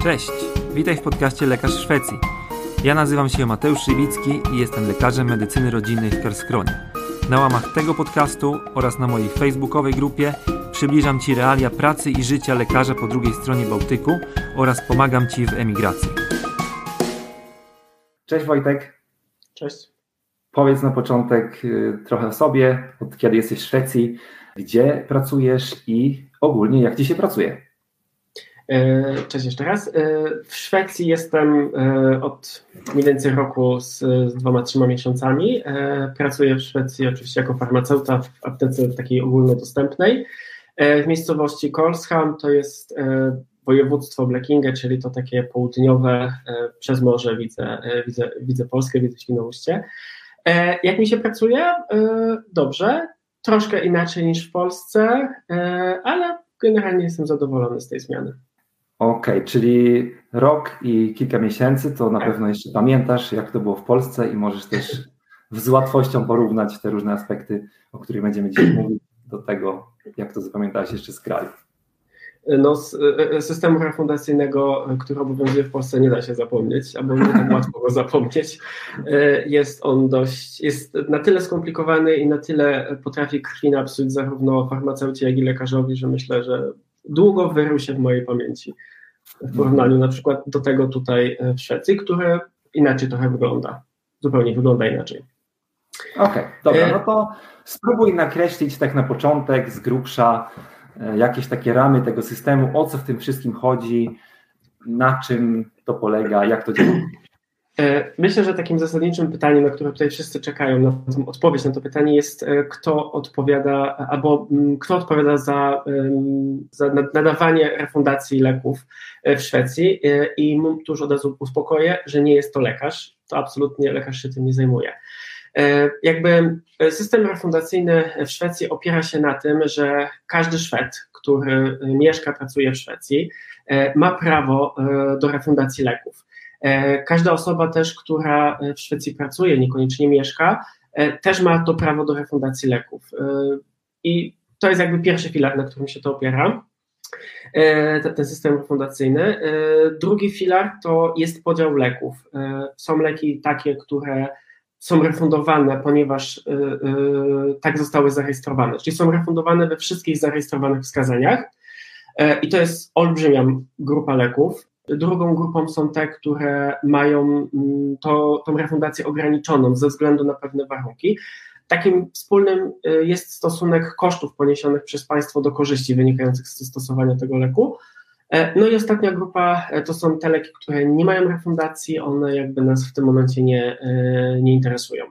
Cześć, witaj w podcaście Lekarz w Szwecji. Ja nazywam się Mateusz Szywicki i jestem lekarzem medycyny rodzinnej w Karlskronie. Na łamach tego podcastu oraz na mojej facebookowej grupie przybliżam Ci realia pracy i życia lekarza po drugiej stronie Bałtyku oraz pomagam Ci w emigracji. Cześć Wojtek. Cześć. Powiedz na początek trochę o sobie, od kiedy jesteś w Szwecji, gdzie pracujesz i ogólnie jak Ci się pracuje? Cześć jeszcze raz. W Szwecji jestem od mniej więcej roku z 2-3 miesiącami. Pracuję w Szwecji oczywiście jako farmaceuta w aptece takiej ogólnodostępnej. W miejscowości Karlshamn, to jest województwo Blekinge, czyli to takie południowe, przez morze widzę Polskę, widzę Świnoujście. Jak mi się pracuje? Dobrze, troszkę inaczej niż w Polsce, ale generalnie jestem zadowolony z tej zmiany. Okej, czyli rok i kilka miesięcy, to na pewno jeszcze pamiętasz, jak to było w Polsce i możesz też z łatwością porównać te różne aspekty, o których będziemy dzisiaj mówić, do tego, jak to zapamiętałeś jeszcze z kraju. No, z systemu refundacyjnego, który obowiązuje w Polsce, nie da się zapomnieć, albo nie tak łatwo go zapomnieć. Jest on jest na tyle skomplikowany i na tyle potrafi krwi napsuć zarówno farmaceucie, jak i lekarzowi, że myślę, że długo wyrył się w mojej pamięci w porównaniu na przykład do tego tutaj w Szwecji, które inaczej trochę wygląda, zupełnie wygląda inaczej. Okej, dobra, no to spróbuj nakreślić tak na początek z grubsza jakieś takie ramy tego systemu, o co w tym wszystkim chodzi, na czym to polega, jak to działa? Myślę, że takim zasadniczym pytaniem, na które tutaj wszyscy czekają, na odpowiedź na to pytanie jest, kto odpowiada za nadawanie refundacji leków w Szwecji i tu już od razu uspokoję, że nie jest to lekarz, to absolutnie lekarz się tym nie zajmuje. Jakby system refundacyjny w Szwecji opiera się na tym, że każdy Szwed, który mieszka, pracuje w Szwecji, ma prawo do refundacji leków. Każda osoba też, która w Szwecji pracuje, niekoniecznie mieszka, też ma to prawo do refundacji leków. I to jest jakby pierwszy filar, na którym się to opiera, ten system refundacyjny. Drugi filar to jest podział leków. Są leki takie, które są refundowane, ponieważ tak zostały zarejestrowane, czyli są refundowane we wszystkich zarejestrowanych wskazaniach i to jest olbrzymia grupa leków. Drugą grupą są te, które mają tą refundację ograniczoną ze względu na pewne warunki. Takim wspólnym jest stosunek kosztów poniesionych przez państwo do korzyści wynikających z stosowania tego leku. No i ostatnia grupa to są te leki, które nie mają refundacji, one jakby nas w tym momencie nie interesują.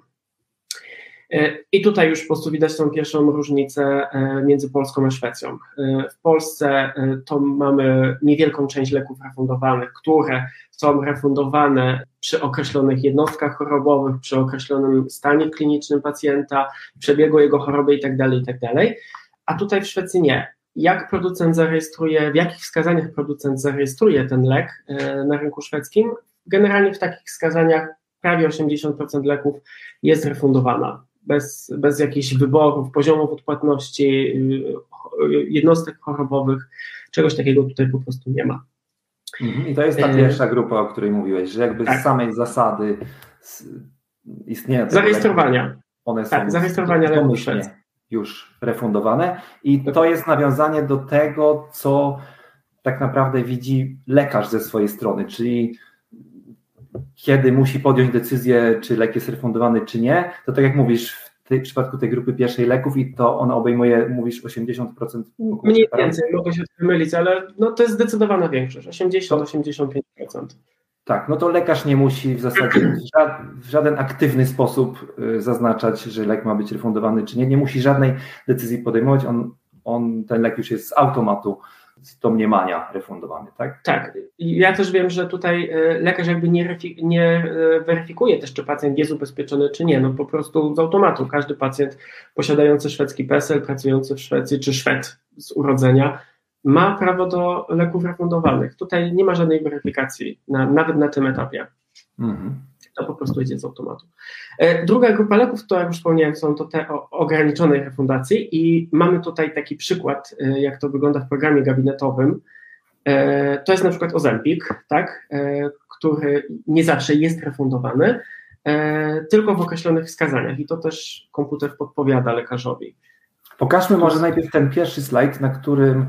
I tutaj już po prostu widać tą pierwszą różnicę między Polską a Szwecją. W Polsce to mamy niewielką część leków refundowanych, które są refundowane przy określonych jednostkach chorobowych, przy określonym stanie klinicznym pacjenta, przebiegu jego choroby itd., a tutaj w Szwecji nie. Jak producent zarejestruje, w jakich wskazaniach producent zarejestruje ten lek na rynku szwedzkim? Generalnie w takich wskazaniach prawie 80% leków jest refundowana. Bez jakichś wyborów, poziomów odpłatności, jednostek chorobowych, czegoś takiego tutaj po prostu nie ma. I to jest ta pierwsza grupa, o której mówiłeś, że jakby tak. z samej zasady istnienia tego zarejestrowania. Leku, one są zarejestrowania leków już refundowane i to jest nawiązanie do tego, co tak naprawdę widzi lekarz ze swojej strony, czyli kiedy musi podjąć decyzję, czy lek jest refundowany, czy nie, to tak jak mówisz, w przypadku tej grupy pierwszej leków i to ona obejmuje, mówisz, 80%? Mniej więcej, mogę się mylić, ale no to jest zdecydowana większość, 80-85%. Tak, no to lekarz nie musi w zasadzie w żaden aktywny sposób zaznaczać, że lek ma być refundowany, czy nie. Nie musi żadnej decyzji podejmować, ten lek już jest z automatu, z domniemania refundowany, tak? Tak. I ja też wiem, że tutaj lekarz jakby nie weryfikuje też, czy pacjent jest ubezpieczony, czy nie. No po prostu z automatu każdy pacjent posiadający szwedzki PESEL, pracujący w Szwecji, czy Szwed z urodzenia, ma prawo do leków refundowanych. Tutaj nie ma żadnej weryfikacji, nawet na tym etapie. To po prostu idzie z automatu. Druga grupa leków, to jak już wspomniałem, są to te o ograniczonej refundacji i mamy tutaj taki przykład, jak to wygląda w programie gabinetowym. To jest na przykład Ozempic, tak, który nie zawsze jest refundowany, tylko w określonych wskazaniach i to też komputer podpowiada lekarzowi. Pokażmy może najpierw ten pierwszy slajd, na którym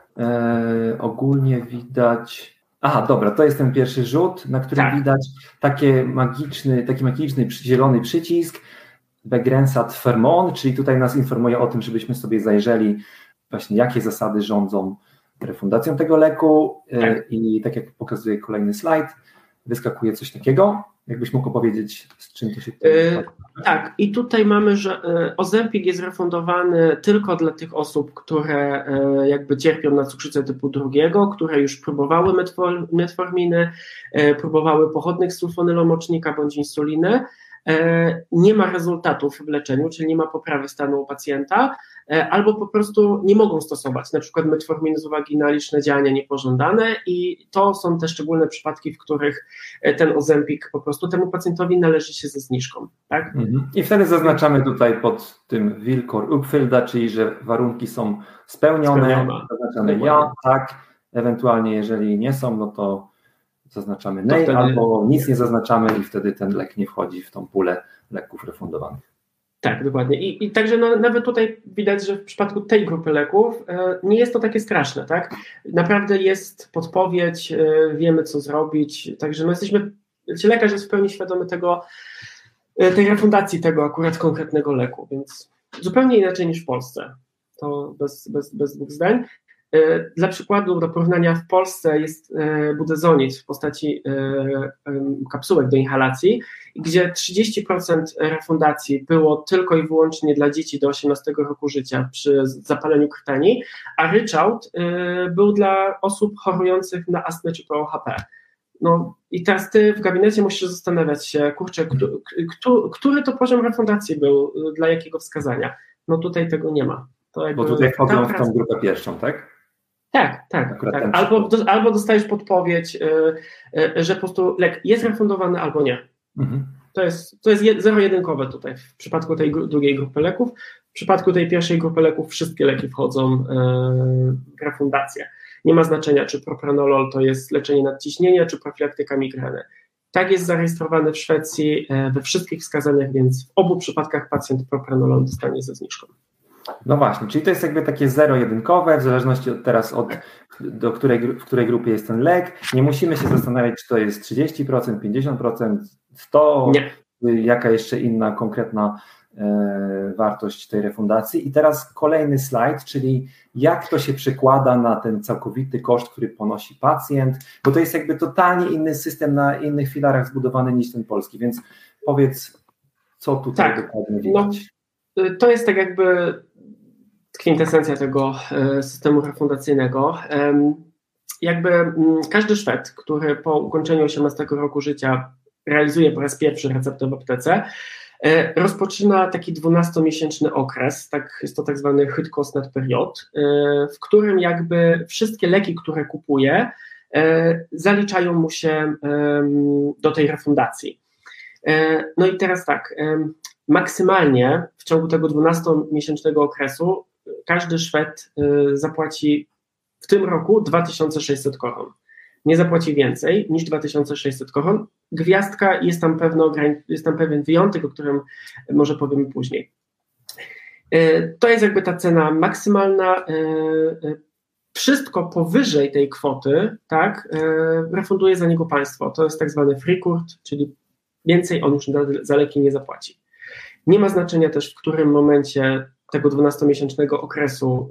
ogólnie widać... Aha, dobra, to jest ten pierwszy rzut, na którym widać taki magiczny zielony przycisk Begrenzat Vermont, czyli tutaj nas informuje o tym, żebyśmy sobie zajrzeli właśnie jakie zasady rządzą refundacją tego leku i tak jak pokazuje kolejny slajd, wyskakuje coś takiego. Jakbyś mógł opowiedzieć, z czym to się... Tak, i tutaj mamy, że Ozempic jest refundowany tylko dla tych osób, które jakby cierpią na cukrzycę typu 2, które już próbowały metforminy, próbowały pochodnych sulfonylomocznika bądź insuliny. Nie ma rezultatów w leczeniu, czyli nie ma poprawy stanu u pacjenta, albo po prostu nie mogą stosować, na przykład metforminy z uwagi na liczne działania niepożądane i to są te szczególne przypadki, w których ten Ozempic po prostu temu pacjentowi należy się ze zniżką. Tak? I wtedy zaznaczamy tutaj pod tym Wilkor Uppfyllda, czyli że warunki są spełnione, zaznaczamy ja, tak, ewentualnie jeżeli nie są, no to zaznaczamy nej, albo nic nie zaznaczamy i wtedy ten lek nie wchodzi w tą pulę leków refundowanych. Tak, dokładnie. I także nawet tutaj widać, że w przypadku tej grupy leków nie jest to takie straszne, tak? Naprawdę jest podpowiedź, wiemy co zrobić, także lekarz jest w pełni świadomy tej refundacji tego akurat konkretnego leku, więc zupełnie inaczej niż w Polsce. To bez dwóch zdań. Dla przykładu, do porównania, w Polsce jest budezonid w postaci kapsułek do inhalacji, gdzie 30% refundacji było tylko i wyłącznie dla dzieci do 18 roku życia przy zapaleniu krtani, a ryczałt był dla osób chorujących na astmę czy POHP. No i teraz ty w gabinecie musisz zastanawiać się, kurczę, który to poziom refundacji był, dla jakiego wskazania? No tutaj tego nie ma. Bo tutaj wchodzą w tą grupę pierwszą, tak? Tak. Albo dostajesz podpowiedź, że po prostu lek jest refundowany, albo nie. To jest zero-jedynkowe tutaj w przypadku tej drugiej grupy leków. W przypadku tej pierwszej grupy leków wszystkie leki wchodzą w refundację. Nie ma znaczenia, czy propranolol to jest leczenie nadciśnienia, czy profilaktyka migreny. Tak jest zarejestrowany w Szwecji we wszystkich wskazaniach, więc w obu przypadkach pacjent propranolol dostanie ze zniżką. No właśnie, czyli to jest jakby takie zero-jedynkowe, w zależności w której grupie jest ten lek. Nie musimy się zastanawiać, czy to jest 30%, 50%, 100%, jaka jeszcze inna konkretna wartość tej refundacji. I teraz kolejny slajd, czyli jak to się przekłada na ten całkowity koszt, który ponosi pacjent, bo to jest jakby totalnie inny system na innych filarach zbudowany niż ten polski, więc powiedz, co tutaj dokładnie widać. No, to jest tak jakby kwintesencja tego systemu refundacyjnego. Jakby każdy Szwed, który po ukończeniu 18 roku życia realizuje po raz pierwszy receptę w aptece, rozpoczyna taki 12-miesięczny okres, jest to tak zwany Højtkostnadsperiod, w którym jakby wszystkie leki, które kupuje, zaliczają mu się do tej refundacji. No i teraz tak, maksymalnie w ciągu tego 12-miesięcznego okresu każdy Szwed zapłaci w tym roku 2600 koron. Nie zapłaci więcej niż 2600 koron. Gwiazdka, jest tam pewien wyjątek, o którym może powiemy później. To jest jakby ta cena maksymalna. Wszystko powyżej tej kwoty, refunduje za niego państwo. To jest tak zwany Frikurt, czyli więcej on już za leki nie zapłaci. Nie ma znaczenia też, w którym momencie tego 12-miesięcznego okresu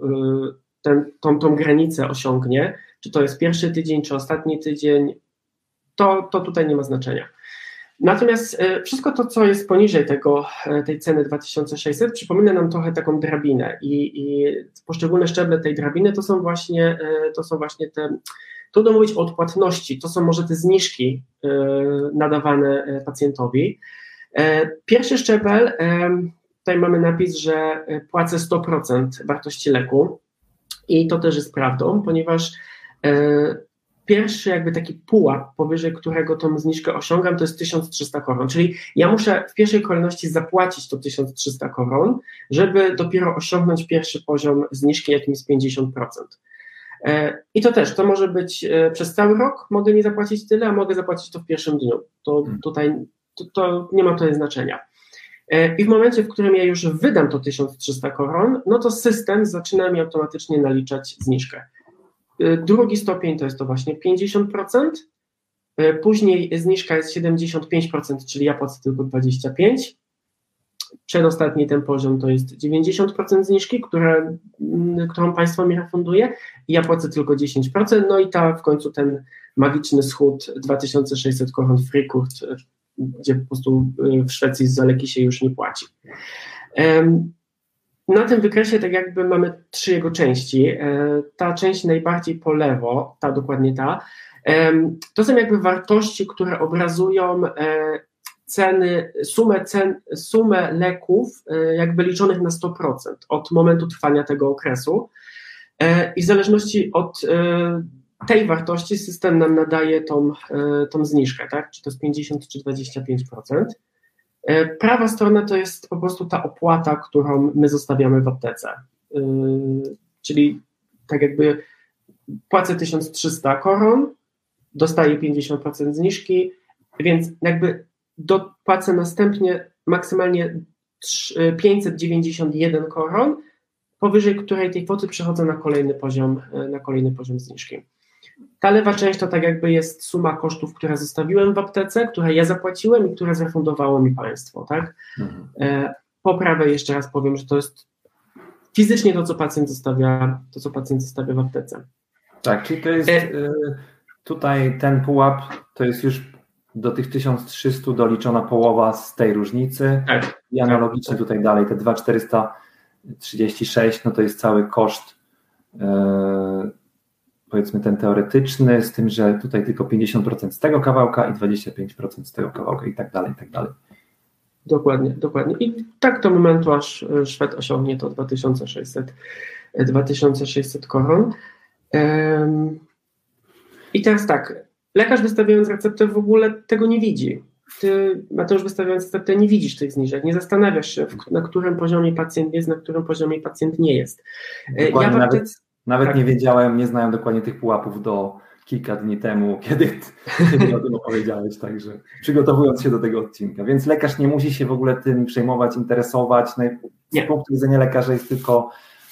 tą granicę osiągnie, czy to jest pierwszy tydzień, czy ostatni tydzień, to tutaj nie ma znaczenia. Natomiast wszystko to, co jest poniżej tej ceny 2600, przypomina nam trochę taką drabinę i poszczególne szczeble tej drabiny to są właśnie te, trudno mówić o odpłatności, to są może te zniżki nadawane pacjentowi. Pierwszy szczebel, tutaj mamy napis, że płacę 100% wartości leku i to też jest prawdą, ponieważ pierwszy jakby taki pułap, powyżej którego tą zniżkę osiągam, to jest 1300 koron, czyli ja muszę w pierwszej kolejności zapłacić to 1300 koron, żeby dopiero osiągnąć pierwszy poziom zniżki, jakim jest 50%. I to też, to może być przez cały rok, mogę nie zapłacić tyle, a mogę zapłacić to w pierwszym dniu. To tutaj to nie ma tutaj znaczenia. I w momencie, w którym ja już wydam to 1300 koron, no to system zaczyna mi automatycznie naliczać zniżkę. Drugi stopień to jest to właśnie 50%, później zniżka jest 75%, czyli ja płacę tylko 25%. Przedostatni ten poziom to jest 90% zniżki, którą państwo mi refunduje i ja płacę tylko 10%, no i w końcu ten magiczny schód 2600 koron Frikort, gdzie po prostu w Szwecji za leki się już nie płaci. Na tym wykresie tak jakby mamy 3 jego części. Ta część najbardziej po lewo, dokładnie ta, to są jakby wartości, które obrazują ceny, sumę leków jakby liczonych na 100% od momentu trwania tego okresu i w zależności od tej wartości system nam nadaje tą zniżkę, tak? Czy to jest 50 czy 25%. Prawa strona to jest po prostu ta opłata, którą my zostawiamy w aptece, czyli tak jakby płacę 1300 koron, dostaję 50% zniżki, więc jakby dopłacę następnie maksymalnie 591 koron, powyżej której tej kwoty przechodzę na kolejny poziom zniżki. Ta lewa część to tak jakby jest suma kosztów, które zostawiłem w aptece, które ja zapłaciłem i które zrefundowało mi państwo, tak? Po prawej jeszcze raz powiem, że to jest fizycznie to, co pacjent zostawia w aptece. Tak, czyli to jest tutaj ten pułap, to jest już do tych 1300 doliczona połowa z tej różnicy. Tak, i analogicznie tutaj dalej, te 2436, no to jest cały koszt, powiedzmy ten teoretyczny, z tym, że tutaj tylko 50% z tego kawałka i 25% z tego kawałka i tak dalej, i tak dalej. Dokładnie. I tak do momentu, aż Szwed osiągnie to 2600 koron. I teraz tak, lekarz wystawiając receptę w ogóle tego nie widzi. Ty, Mateusz, wystawiając receptę nie widzisz tych zniżek, nie zastanawiasz się, na którym poziomie pacjent jest, na którym poziomie pacjent nie jest. Nawet nie wiedziałem, nie znałem dokładnie tych pułapów do kilka dni temu, kiedy o tym opowiedziałeś, także przygotowując się do tego odcinka. Więc lekarz nie musi się w ogóle tym przejmować, interesować. Z punktu widzenia lekarza jest tylko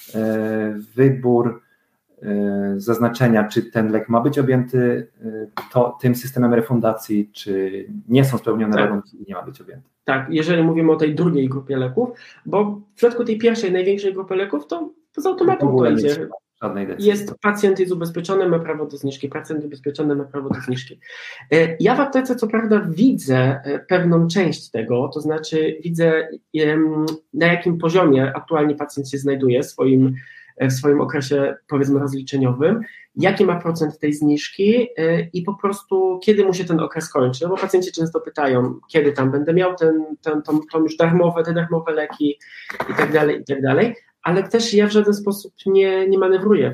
wybór zaznaczenia, czy ten lek ma być objęty tym systemem refundacji, czy nie są spełnione warunki i nie ma być objęty. Tak, jeżeli mówimy o tej drugiej grupie leków, bo w przypadku tej pierwszej, największej grupy leków, to z automatu to idzie. Pacjent jest ubezpieczony, ma prawo do zniżki, pacjent ubezpieczony ma prawo do zniżki. Ja w aptece co prawda widzę pewną część tego, to znaczy widzę na jakim poziomie aktualnie pacjent się znajduje w swoim okresie, powiedzmy, rozliczeniowym, jaki ma procent tej zniżki i po prostu kiedy mu się ten okres kończy, bo pacjenci często pytają, kiedy tam będę miał tą już te darmowe leki i tak dalej, ale też ja w żaden sposób nie manewruję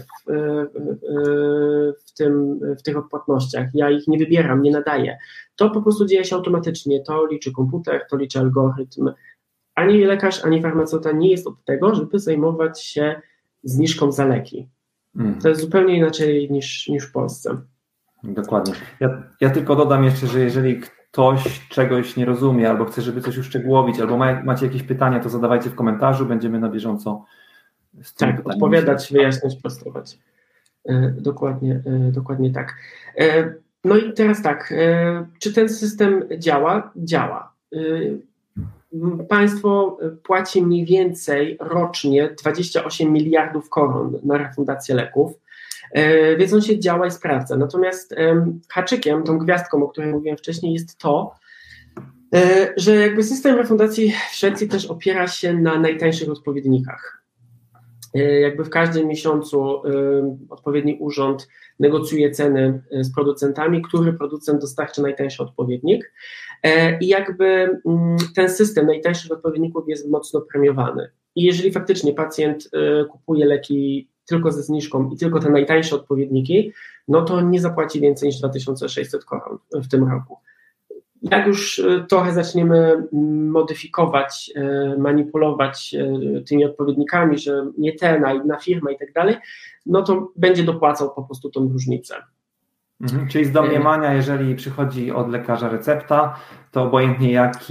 w tych odpłatnościach, ja ich nie wybieram, nie nadaję. To po prostu dzieje się automatycznie, to liczy komputer, to liczy algorytm. Ani lekarz, ani farmaceuta nie jest od tego, żeby zajmować się zniżką za leki. To jest zupełnie inaczej niż w Polsce. Dokładnie. Ja tylko dodam jeszcze, że jeżeli ktoś czegoś nie rozumie, albo chce, żeby coś uszczegółowić, albo macie jakieś pytania, to zadawajcie w komentarzu, będziemy na bieżąco z tym pytaniem odpowiadać, wyjaśniać, prostować. Dokładnie tak. No i teraz tak, czy ten system działa? Działa. Państwo płaci mniej więcej rocznie 28 miliardów koron na refundację leków, więc on się działa i sprawdza. Natomiast haczykiem, tą gwiazdką, o której mówiłem wcześniej, jest to, że jakby system refundacji w Szwecji też opiera się na najtańszych odpowiednikach. Jakby w każdym miesiącu odpowiedni urząd negocjuje ceny z producentami, który producent dostarczy najtańszy odpowiednik i jakby ten system najtańszych odpowiedników jest mocno premiowany. I jeżeli faktycznie pacjent kupuje leki tylko ze zniżką i tylko te najtańsze odpowiedniki, no to nie zapłaci więcej niż 2600 koron w tym roku. Jak już trochę zaczniemy modyfikować, manipulować tymi odpowiednikami, że nie ten, a inna firma i tak dalej, no to będzie dopłacał po prostu tą różnicę. Czyli z domniemania, jeżeli przychodzi od lekarza recepta, to obojętnie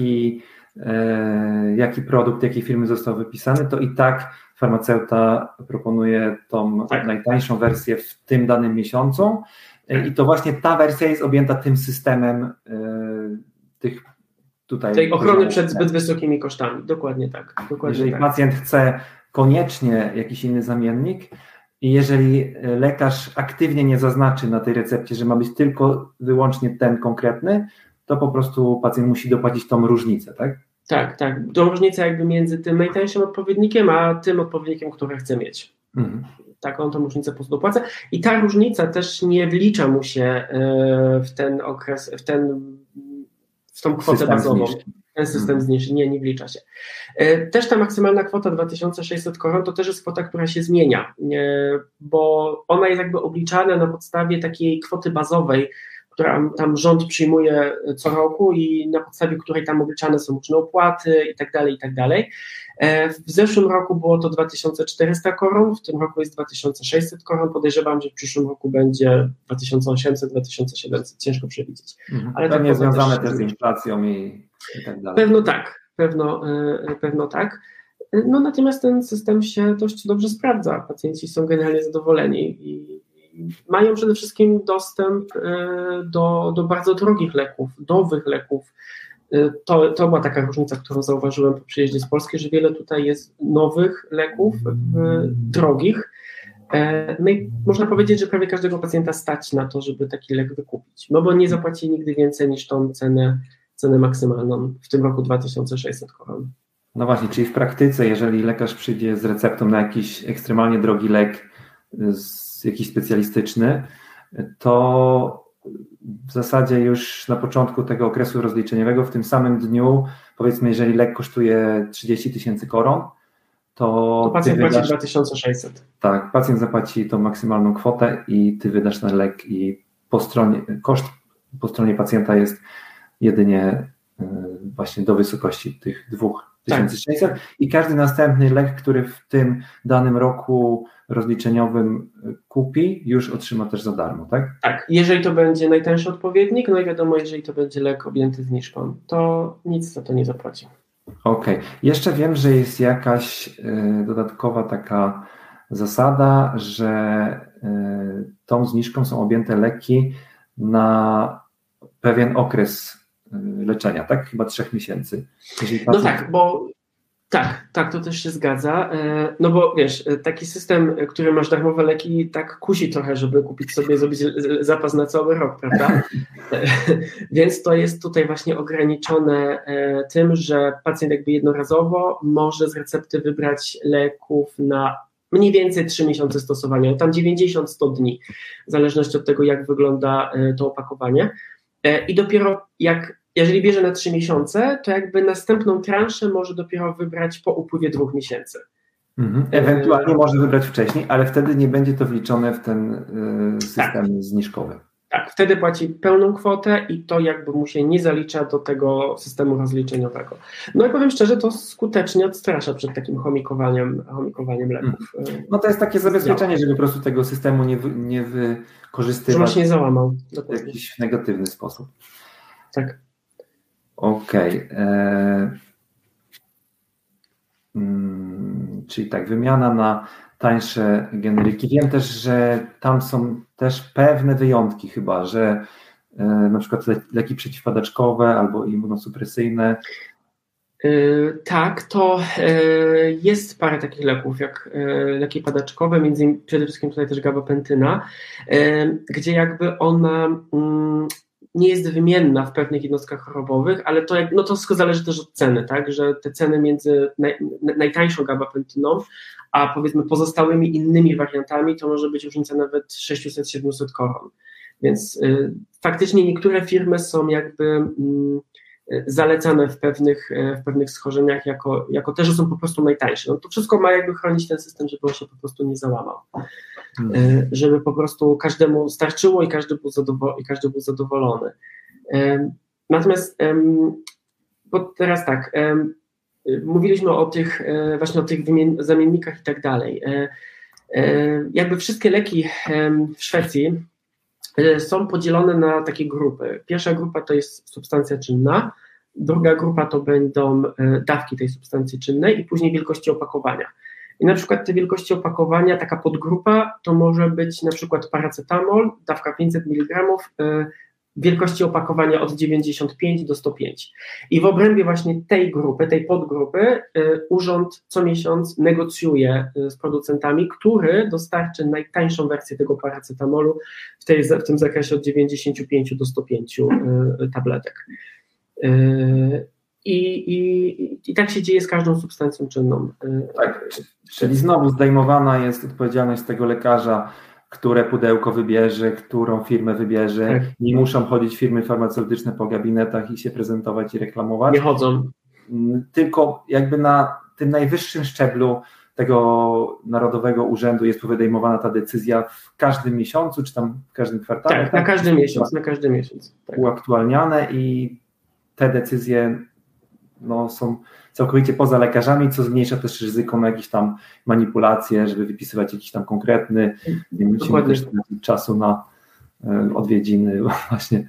jaki produkt, jakiej firmy został wypisany, to i tak farmaceuta proponuje tą najtańszą wersję w tym danym miesiącu i to właśnie ta wersja jest objęta tym systemem tych tutaj... Tej ochrony przed zbyt wysokimi kosztami, dokładnie tak. Jeżeli pacjent chce koniecznie jakiś inny zamiennik i jeżeli lekarz aktywnie nie zaznaczy na tej recepcie, że ma być tylko wyłącznie ten konkretny, to po prostu pacjent musi dopłacić tą różnicę, tak? Tak. To różnica jakby między tym najtańszym odpowiednikiem, a tym odpowiednikiem, który chce mieć. Tak, on tą różnicę po prostu dopłaca. I ta różnica też nie wlicza mu się w ten okres, w tą kwotę System bazową. zniżki. Ten system zniżki, nie wlicza się. Też ta maksymalna kwota 2600 koron to też jest kwota, która się zmienia, bo ona jest jakby obliczana na podstawie takiej kwoty bazowej, która tam rząd przyjmuje co roku i na podstawie której tam obliczane są różne opłaty i tak dalej. W zeszłym roku było to 2400 koron, w tym roku jest 2600 koron, podejrzewam, że w przyszłym roku będzie 2800, 2700, ciężko przewidzieć. Ale to nie związane też z inflacją i tak dalej. Pewno tak. No natomiast ten system się dość dobrze sprawdza, pacjenci są generalnie zadowoleni i mają przede wszystkim dostęp do bardzo drogich leków, nowych leków. To była taka różnica, którą zauważyłem po przyjeździe z Polski, że wiele tutaj jest nowych leków, drogich. No i można powiedzieć, że prawie każdego pacjenta stać na to, żeby taki lek wykupić, no bo nie zapłaci nigdy więcej niż tą cenę maksymalną, w tym roku 2600 koron. No właśnie, czyli w praktyce, jeżeli lekarz przyjdzie z receptą na jakiś ekstremalnie drogi lek, jakiś specjalistyczny, to w zasadzie już na początku tego okresu rozliczeniowego, w tym samym dniu, powiedzmy, jeżeli lek kosztuje 30 000 koron, to pacjent płaci 2600. Tak, pacjent zapłaci tą maksymalną kwotę i ty wydasz ten lek i koszt po stronie pacjenta jest jedynie właśnie do wysokości tych 2600 i każdy następny lek, który w tym danym roku rozliczeniowym kupi, już otrzyma też za darmo, tak? Tak, jeżeli to będzie najtańszy odpowiednik, no i wiadomo, jeżeli to będzie lek objęty zniżką, to nic za to nie zapłaci. Okej. Jeszcze wiem, że jest jakaś dodatkowa taka zasada, że tą zniżką są objęte leki na pewien okres leczenia, tak? Chyba 3 miesięcy. No tak, bo tak, to też się zgadza, no bo wiesz, taki system, który masz darmowe leki, tak kusi trochę, żeby kupić sobie, zrobić zapas na cały rok, prawda? Więc to jest tutaj właśnie ograniczone tym, że pacjent jakby jednorazowo może z recepty wybrać leków na mniej więcej 3 miesiące stosowania, tam 90-100 dni, w zależności od tego, jak wygląda to opakowanie. I dopiero jeżeli bierze na 3 miesiące, to jakby następną transzę może dopiero wybrać po upływie 2 miesięcy. Ewentualnie może wybrać wcześniej, ale wtedy nie będzie to wliczone w ten system zniżkowy. Tak, wtedy płaci pełną kwotę i to jakby mu się nie zalicza do tego systemu rozliczeniowego. No i powiem szczerze, to skutecznie odstrasza przed takim chomikowaniem leków. No to jest takie zabezpieczenie, żeby po prostu tego systemu nie wykorzystywać się nie załamał w jakiś negatywny sposób. Tak. Okej. Czyli tak, wymiana na tańsze generyki. Wiem też, że tam są też pewne wyjątki chyba, że na przykład leki przeciwpadaczkowe albo immunosupresyjne. Tak, to jest parę takich leków, jak leki padaczkowe, między innymi przede wszystkim tutaj też gabapentyna, gdzie jakby ona nie jest wymienna w pewnych jednostkach chorobowych, ale to wszystko zależy też od ceny, tak, że te ceny między najtańszą gabapentyną, a powiedzmy pozostałymi innymi wariantami, to może być różnica nawet 600-700 koron. Więc faktycznie niektóre firmy są jakby zalecane w pewnych schorzeniach jako te, że są po prostu najtańsze. No to wszystko ma jakby chronić ten system, żeby on się po prostu nie załamał. Żeby po prostu każdemu starczyło i każdy był zadowolony. Natomiast bo teraz tak, mówiliśmy o tych właśnie o tych zamiennikach i tak dalej. Jakby wszystkie leki w Szwecji są podzielone na takie grupy. Pierwsza grupa to jest substancja czynna, druga grupa to będą dawki tej substancji czynnej i później wielkości opakowania. I na przykład te wielkości opakowania, taka podgrupa to może być na przykład paracetamol, dawka 500 mg, wielkości opakowania od 95 do 105. I w obrębie właśnie tej grupy, tej podgrupy urząd co miesiąc negocjuje z producentami, który dostarczy najtańszą wersję tego paracetamolu w tym zakresie od 95 do 105 tabletek. I tak się dzieje z każdą substancją czynną. Tak, czyli znowu zdejmowana jest odpowiedzialność tego lekarza, które pudełko wybierze, którą firmę wybierze. Tak. Nie muszą chodzić firmy farmaceutyczne po gabinetach i się prezentować i reklamować. Nie chodzą. Tylko jakby na tym najwyższym szczeblu tego Narodowego Urzędu jest podejmowana ta decyzja w każdym miesiącu, czy tam w każdym kwartale. Tak, na każdy miesiąc. Tak. Uaktualniane i te decyzje są całkowicie poza lekarzami, co zmniejsza też ryzyko na jakieś tam manipulacje, żeby wypisywać jakiś tam konkretny, nie musimy też czasu na odwiedziny właśnie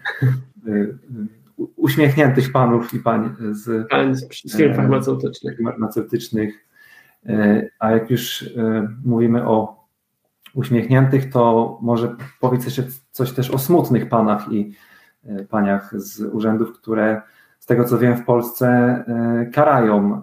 uśmiechniętych panów i pań z firm farmaceutycznych. A jak już mówimy o uśmiechniętych, to może powiedz jeszcze coś też o smutnych panach i paniach z urzędów, które z tego co wiem w Polsce karają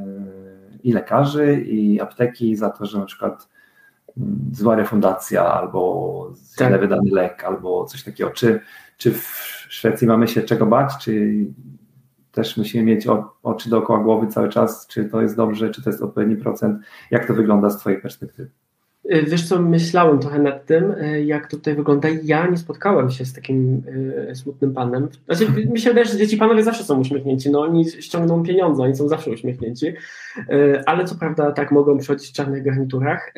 i lekarzy, i apteki za to, że na przykład zła refundacja albo źle wydany lek, albo coś takiego. Czy w Szwecji mamy się czego bać? Czy też musimy mieć oczy dookoła głowy cały czas? Czy to jest dobrze? Czy to jest odpowiedni procent? Jak to wygląda z twojej perspektywy? Wiesz co, myślałem trochę nad tym, jak to tutaj wygląda. Ja nie spotkałem się z takim smutnym panem. Znaczy, mi się wydaje, że ci panowie zawsze są uśmiechnięci, oni ściągną pieniądze, oni są zawsze uśmiechnięci, ale co prawda tak mogą przychodzić w czarnych garniturach.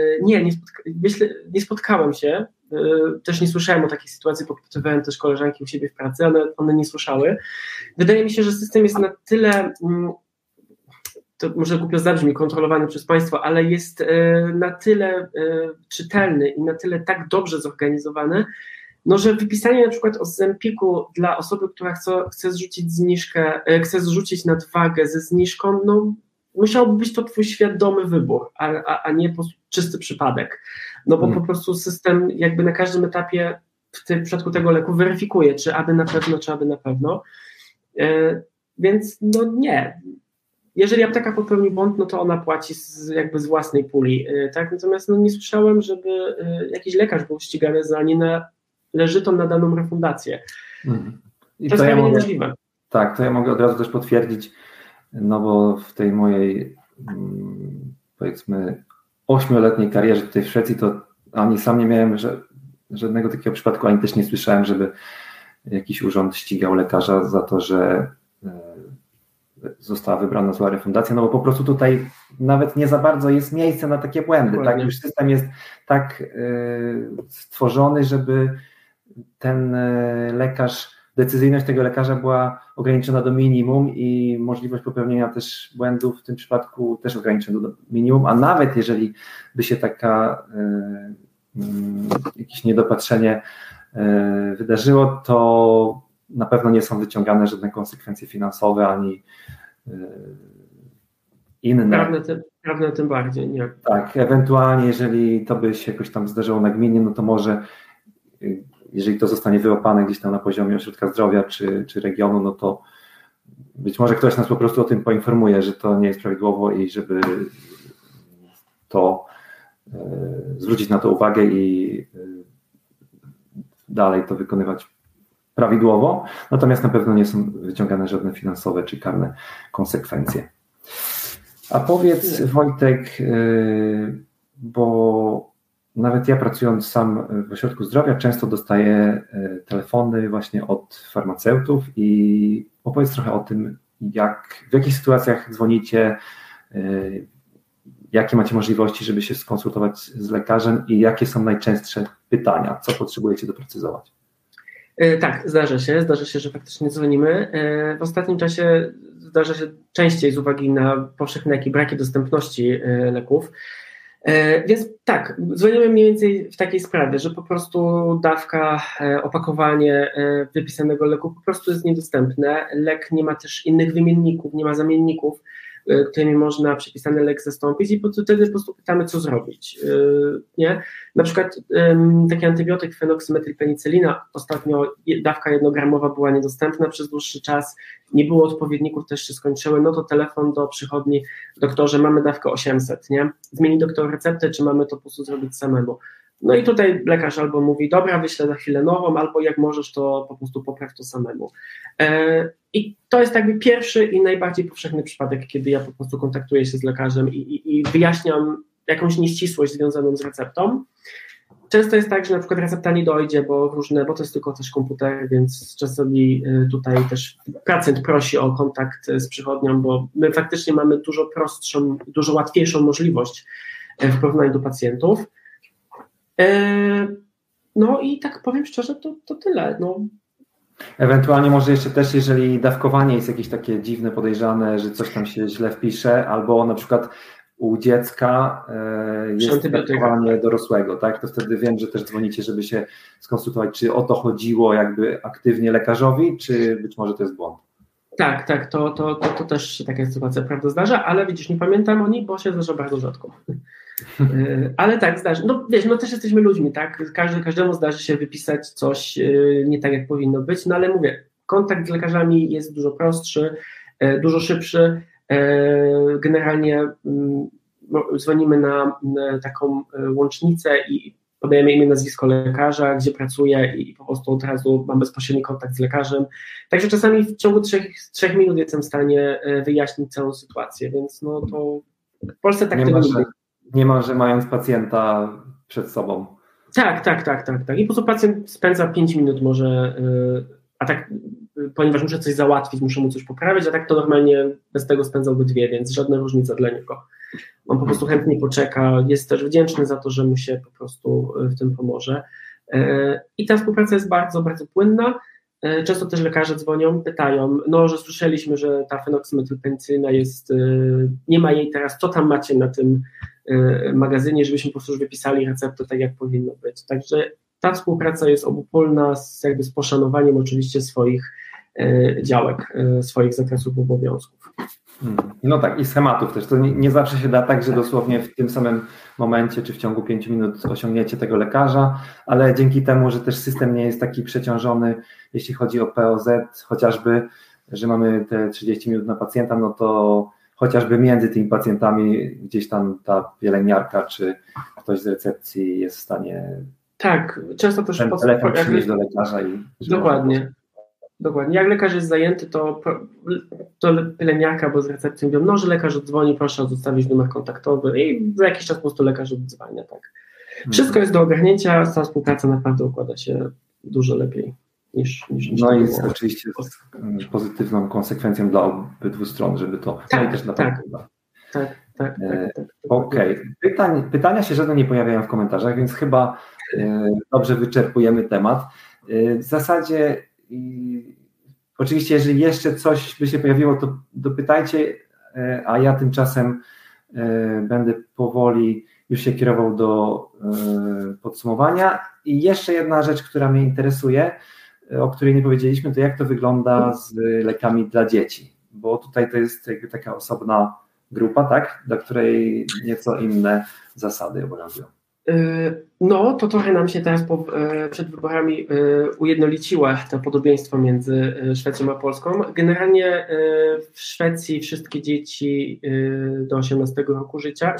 Nie spotkałem się, też nie słyszałem o takiej sytuacji, popytywałem też koleżanki u siebie w pracy, ale one nie słyszały. Wydaje mi się, że system jest na tyle... to może głupio zabrzmi, kontrolowany przez państwo, ale jest na tyle czytelny i na tyle tak dobrze zorganizowany, że wypisanie na przykład Ozempiku dla osoby, która chce zrzucić zniżkę, chce zrzucić nadwagę ze zniżką, musiałby być to twój świadomy wybór, a nie po prostu czysty przypadek. Bo po prostu system jakby na każdym etapie w przypadku tego leku weryfikuje, czy aby na pewno, czy aby na pewno. Więc nie. Jeżeli apteka popełni błąd, to ona płaci jakby z własnej puli, tak? Natomiast nie słyszałem, żeby jakiś lekarz był ścigany za nienależytą nadaną refundację. I to jest prawie niemożliwe. Tak, to ja mogę od razu też potwierdzić, bo w tej mojej powiedzmy 8-letniej karierze tutaj w Szwecji to ani sam nie miałem żadnego takiego przypadku, ani też nie słyszałem, żeby jakiś urząd ścigał lekarza za to, że została wybrana zła refundacja, bo po prostu tutaj nawet nie za bardzo jest miejsce na takie błędy. Tak? Już system jest tak stworzony, żeby ten lekarz, decyzyjność tego lekarza była ograniczona do minimum i możliwość popełnienia też błędów w tym przypadku też ograniczona do minimum, a nawet jeżeli by się jakieś niedopatrzenie wydarzyło, to na pewno nie są wyciągane żadne konsekwencje finansowe ani inne. Prawne tym bardziej, nie? Tak, ewentualnie jeżeli to by się jakoś tam zdarzyło nagminnie, to może jeżeli to zostanie wyłapane gdzieś tam na poziomie ośrodka zdrowia czy regionu, to być może ktoś nas po prostu o tym poinformuje, że to nie jest prawidłowo i żeby to zwrócić na to uwagę i dalej to wykonywać prawidłowo, natomiast na pewno nie są wyciągane żadne finansowe czy karne konsekwencje. A powiedz, Wojtek, bo nawet ja pracując sam w ośrodku zdrowia często dostaję telefony właśnie od farmaceutów i opowiedz trochę o tym, w jakich sytuacjach dzwonicie, jakie macie możliwości, żeby się skonsultować z lekarzem i jakie są najczęstsze pytania, co potrzebujecie doprecyzować. Tak, zdarza się, że faktycznie dzwonimy. W ostatnim czasie zdarza się częściej z uwagi na powszechne braki dostępności leków. Więc tak, dzwonimy mniej więcej w takiej sprawie, że po prostu dawka, opakowanie wypisanego leku po prostu jest niedostępne. Lek nie ma też innych wymienników, nie ma zamienników, którymi można przepisany lek zastąpić i wtedy po prostu pytamy, co zrobić. Nie? Na przykład taki antybiotyk fenoksymetylpenicylina, ostatnio dawka 1-gramowa była niedostępna przez dłuższy czas, nie było odpowiedników, też się skończyły, no to telefon do przychodni, doktorze, mamy dawkę 800, nie? Zmieni doktor receptę, czy mamy to po prostu zrobić samemu. No i tutaj lekarz albo mówi, dobra, wyślę za chwilę nową, albo jak możesz, to po prostu popraw to samemu. I to jest pierwszy i najbardziej powszechny przypadek, kiedy ja po prostu kontaktuję się z lekarzem i wyjaśniam jakąś nieścisłość związaną z receptą. Często jest tak, że na przykład recepta nie dojdzie, bo to jest tylko też komputer, więc czasami tutaj też pacjent prosi o kontakt z przychodnią, bo my faktycznie mamy dużo prostszą, dużo łatwiejszą możliwość w porównaniu do pacjentów. No i tak powiem szczerze, to tyle. No. Ewentualnie może jeszcze też, jeżeli dawkowanie jest jakieś takie dziwne, podejrzane, że coś tam się źle wpisze, albo na przykład u dziecka jest dawkowanie dorosłego, tak? To wtedy wiem, że też dzwonicie, żeby się skonsultować, czy o to chodziło jakby aktywnie lekarzowi, czy być może to jest błąd. Tak, to też się taka sytuacja prawda zdarza, ale widzisz, nie pamiętam o niej, bo się zdarza bardzo rzadko. Ale tak, zdarzy. No wiesz, no też jesteśmy ludźmi, tak? Każdemu zdarzy się wypisać coś nie tak, jak powinno być, no ale mówię, kontakt z lekarzami jest dużo prostszy, dużo szybszy. Generalnie dzwonimy na taką łącznicę i podajemy imię, nazwisko lekarza, gdzie pracuje i po prostu od razu mam bezpośredni kontakt z lekarzem. Także czasami w ciągu 3 minut jestem w stanie wyjaśnić całą sytuację, więc no to w Polsce tak tego nie jest. Niemalże mając pacjenta przed sobą. Tak. I po prostu pacjent spędza 5 minut może, a tak, ponieważ muszę coś załatwić, muszę mu coś poprawić, a tak to normalnie bez tego spędzałby 2, więc żadna różnica dla niego. On po prostu chętnie poczeka, jest też wdzięczny za to, że mu się po prostu w tym pomoże. I ta współpraca jest bardzo, bardzo płynna. Często też lekarze dzwonią, pytają, no, że słyszeliśmy, że ta fenoksymetylpenicylina jest, nie ma jej teraz, co tam macie na tym magazynie, żebyśmy po prostu już wypisali receptę tak, jak powinno być. Także ta współpraca jest obopólna z poszanowaniem oczywiście swoich działek, swoich zakresów obowiązków. No tak, i schematów też. To nie zawsze się da tak, że dosłownie w tym samym momencie, czy w ciągu 5 minut osiągniecie tego lekarza, ale dzięki temu, że też system nie jest taki przeciążony, jeśli chodzi o POZ, chociażby, że mamy te 30 minut na pacjenta, no to chociażby między tymi pacjentami gdzieś tam ta pielęgniarka, czy ktoś z recepcji jest w stanie tak, często też ten telefon przynieść do lekarza. Dokładnie. Jak lekarz jest zajęty, to pielęgniarka albo z recepcji mówią, no, że lekarz oddzwoni, proszę zostawić numer kontaktowy i za jakiś czas po prostu lekarz oddzwania. Tak. Wszystko jest do ogarnięcia, ta współpraca naprawdę układa się dużo lepiej niż no i jest oczywiście pozytywną konsekwencją dla obydwu stron, żeby to... Tak. Okej. Pytania się żadne nie pojawiają w komentarzach, więc chyba dobrze wyczerpujemy temat. W zasadzie oczywiście, jeżeli jeszcze coś by się pojawiło, to dopytajcie, a ja tymczasem będę powoli już się kierował do podsumowania. I jeszcze jedna rzecz, która mnie interesuje, o której nie powiedzieliśmy, to jak to wygląda z lekami dla dzieci, bo tutaj to jest jakby taka osobna grupa, tak, dla której nieco inne zasady obowiązują. No, to trochę nam się teraz przed wyborami ujednoliciło to podobieństwo między Szwecją a Polską. Generalnie w Szwecji wszystkie dzieci do 18 roku życia,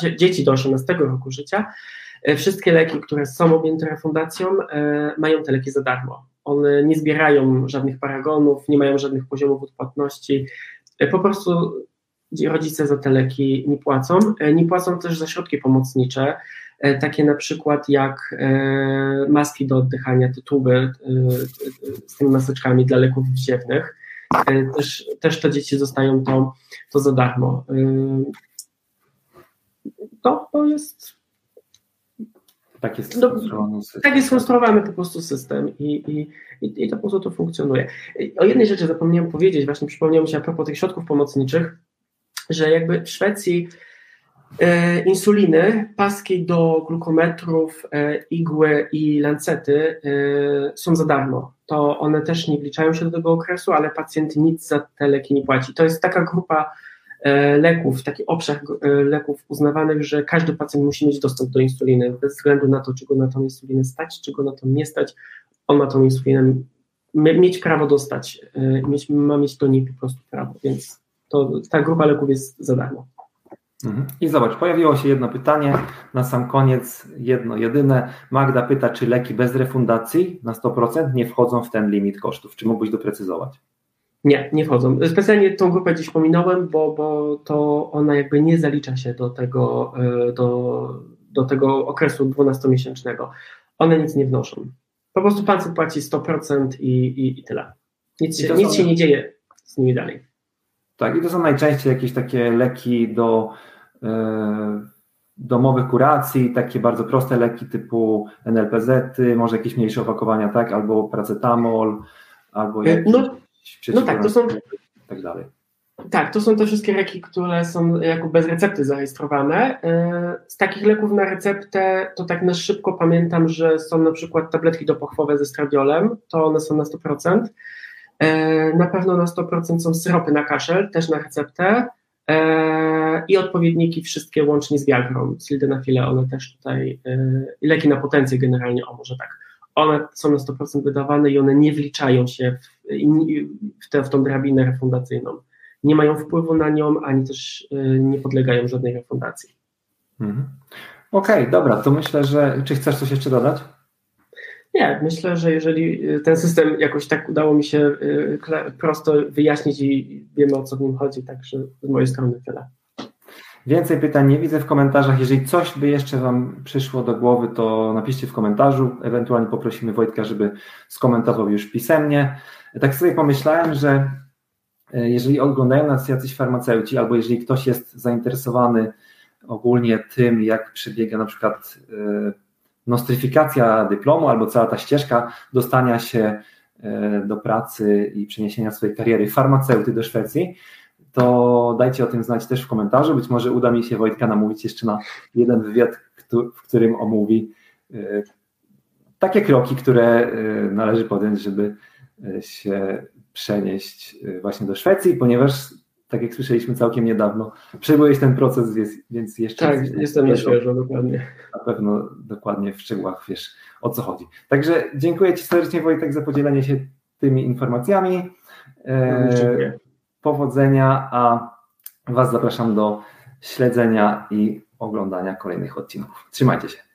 wszystkie leki, które są objęte refundacją, mają te leki za darmo. One nie zbierają żadnych paragonów, nie mają żadnych poziomów odpłatności. Po prostu rodzice za te leki nie płacą. Nie płacą też za środki pomocnicze, takie na przykład jak maski do oddychania, te tuby z tymi maseczkami dla leków wziewnych. Też te dzieci dostają to za darmo. To jest... Tak jest skonstruowany system. Tak jest skonstruowany po prostu system i to po prostu to funkcjonuje. O jednej rzeczy zapomniałem powiedzieć, właśnie przypomniałem się a propos tych środków pomocniczych, że jakby w Szwecji insuliny, paski do glukometrów, igły i lancety są za darmo. To one też nie wliczają się do tego okresu, ale pacjent nic za te leki nie płaci. To jest taka grupa leków, taki obszar leków uznawanych, że każdy pacjent musi mieć dostęp do insuliny, bez względu na to, czy go na tą insulinę stać, czy go na to nie stać, on ma tą insulinę mieć prawo dostać, ma mieć do niej po prostu prawo, więc ta grupa leków jest za darmo. I zobacz, pojawiło się jedno pytanie, na sam koniec, jedno, jedyne. Magda pyta, czy leki bez refundacji na 100% nie wchodzą w ten limit kosztów. Czy mógłbyś doprecyzować? Nie wchodzą. Specjalnie tą grupę dziś pominąłem, bo to ona jakby nie zalicza się do tego okresu 12-miesięcznego. One nic nie wnoszą. Po prostu pacjent płaci 100% i tyle. Nic się nie dzieje z nimi dalej. Tak, i to są najczęściej jakieś takie leki do domowych kuracji, takie bardzo proste leki typu NLPZ-y, może jakieś mniejsze opakowania, tak, albo paracetamol, albo jakieś tak, to są i tak dalej. Tak, to są te wszystkie leki, które są jako bez recepty zarejestrowane. Z takich leków na receptę to tak na szybko pamiętam, że są na przykład tabletki dopochwowe ze stradiolem, to one są na 100%. Na pewno na 100% są syropy na kaszel, też na receptę i odpowiedniki wszystkie łącznie z Viagrą, sildenafile, one też tutaj, leki na potencję generalnie, może tak, one są na 100% wydawane i one nie wliczają się w tą drabinę refundacyjną. Nie mają wpływu na nią, ani też nie podlegają żadnej refundacji. Okej, dobra, to myślę, że... Czy chcesz coś jeszcze dodać? Nie, myślę, że jeżeli ten system jakoś tak udało mi się prosto wyjaśnić i wiemy, o co w nim chodzi, także z mojej strony tyle. Więcej pytań nie widzę w komentarzach. Jeżeli coś by jeszcze Wam przyszło do głowy, to napiszcie w komentarzu. Ewentualnie poprosimy Wojtka, żeby skomentował już pisemnie. Tak sobie pomyślałem, że jeżeli oglądają nas jacyś farmaceuci, albo jeżeli ktoś jest zainteresowany ogólnie tym, jak przebiega na przykład nostryfikacja dyplomu, albo cała ta ścieżka dostania się do pracy i przeniesienia swojej kariery farmaceuty do Szwecji, to dajcie o tym znać też w komentarzu. Być może uda mi się Wojtka namówić jeszcze na jeden wywiad, w którym omówi takie kroki, które należy podjąć, żeby się przenieść właśnie do Szwecji, ponieważ, tak jak słyszeliśmy całkiem niedawno, przebyłeś ten proces, więc jeszcze... Tak, jestem na świeżo, dokładnie. Na pewno dokładnie w szczegółach wiesz, o co chodzi. Także dziękuję Ci serdecznie, Wojtek, za podzielenie się tymi informacjami. Dziękuję. Powodzenia, a Was zapraszam do śledzenia i oglądania kolejnych odcinków. Trzymajcie się.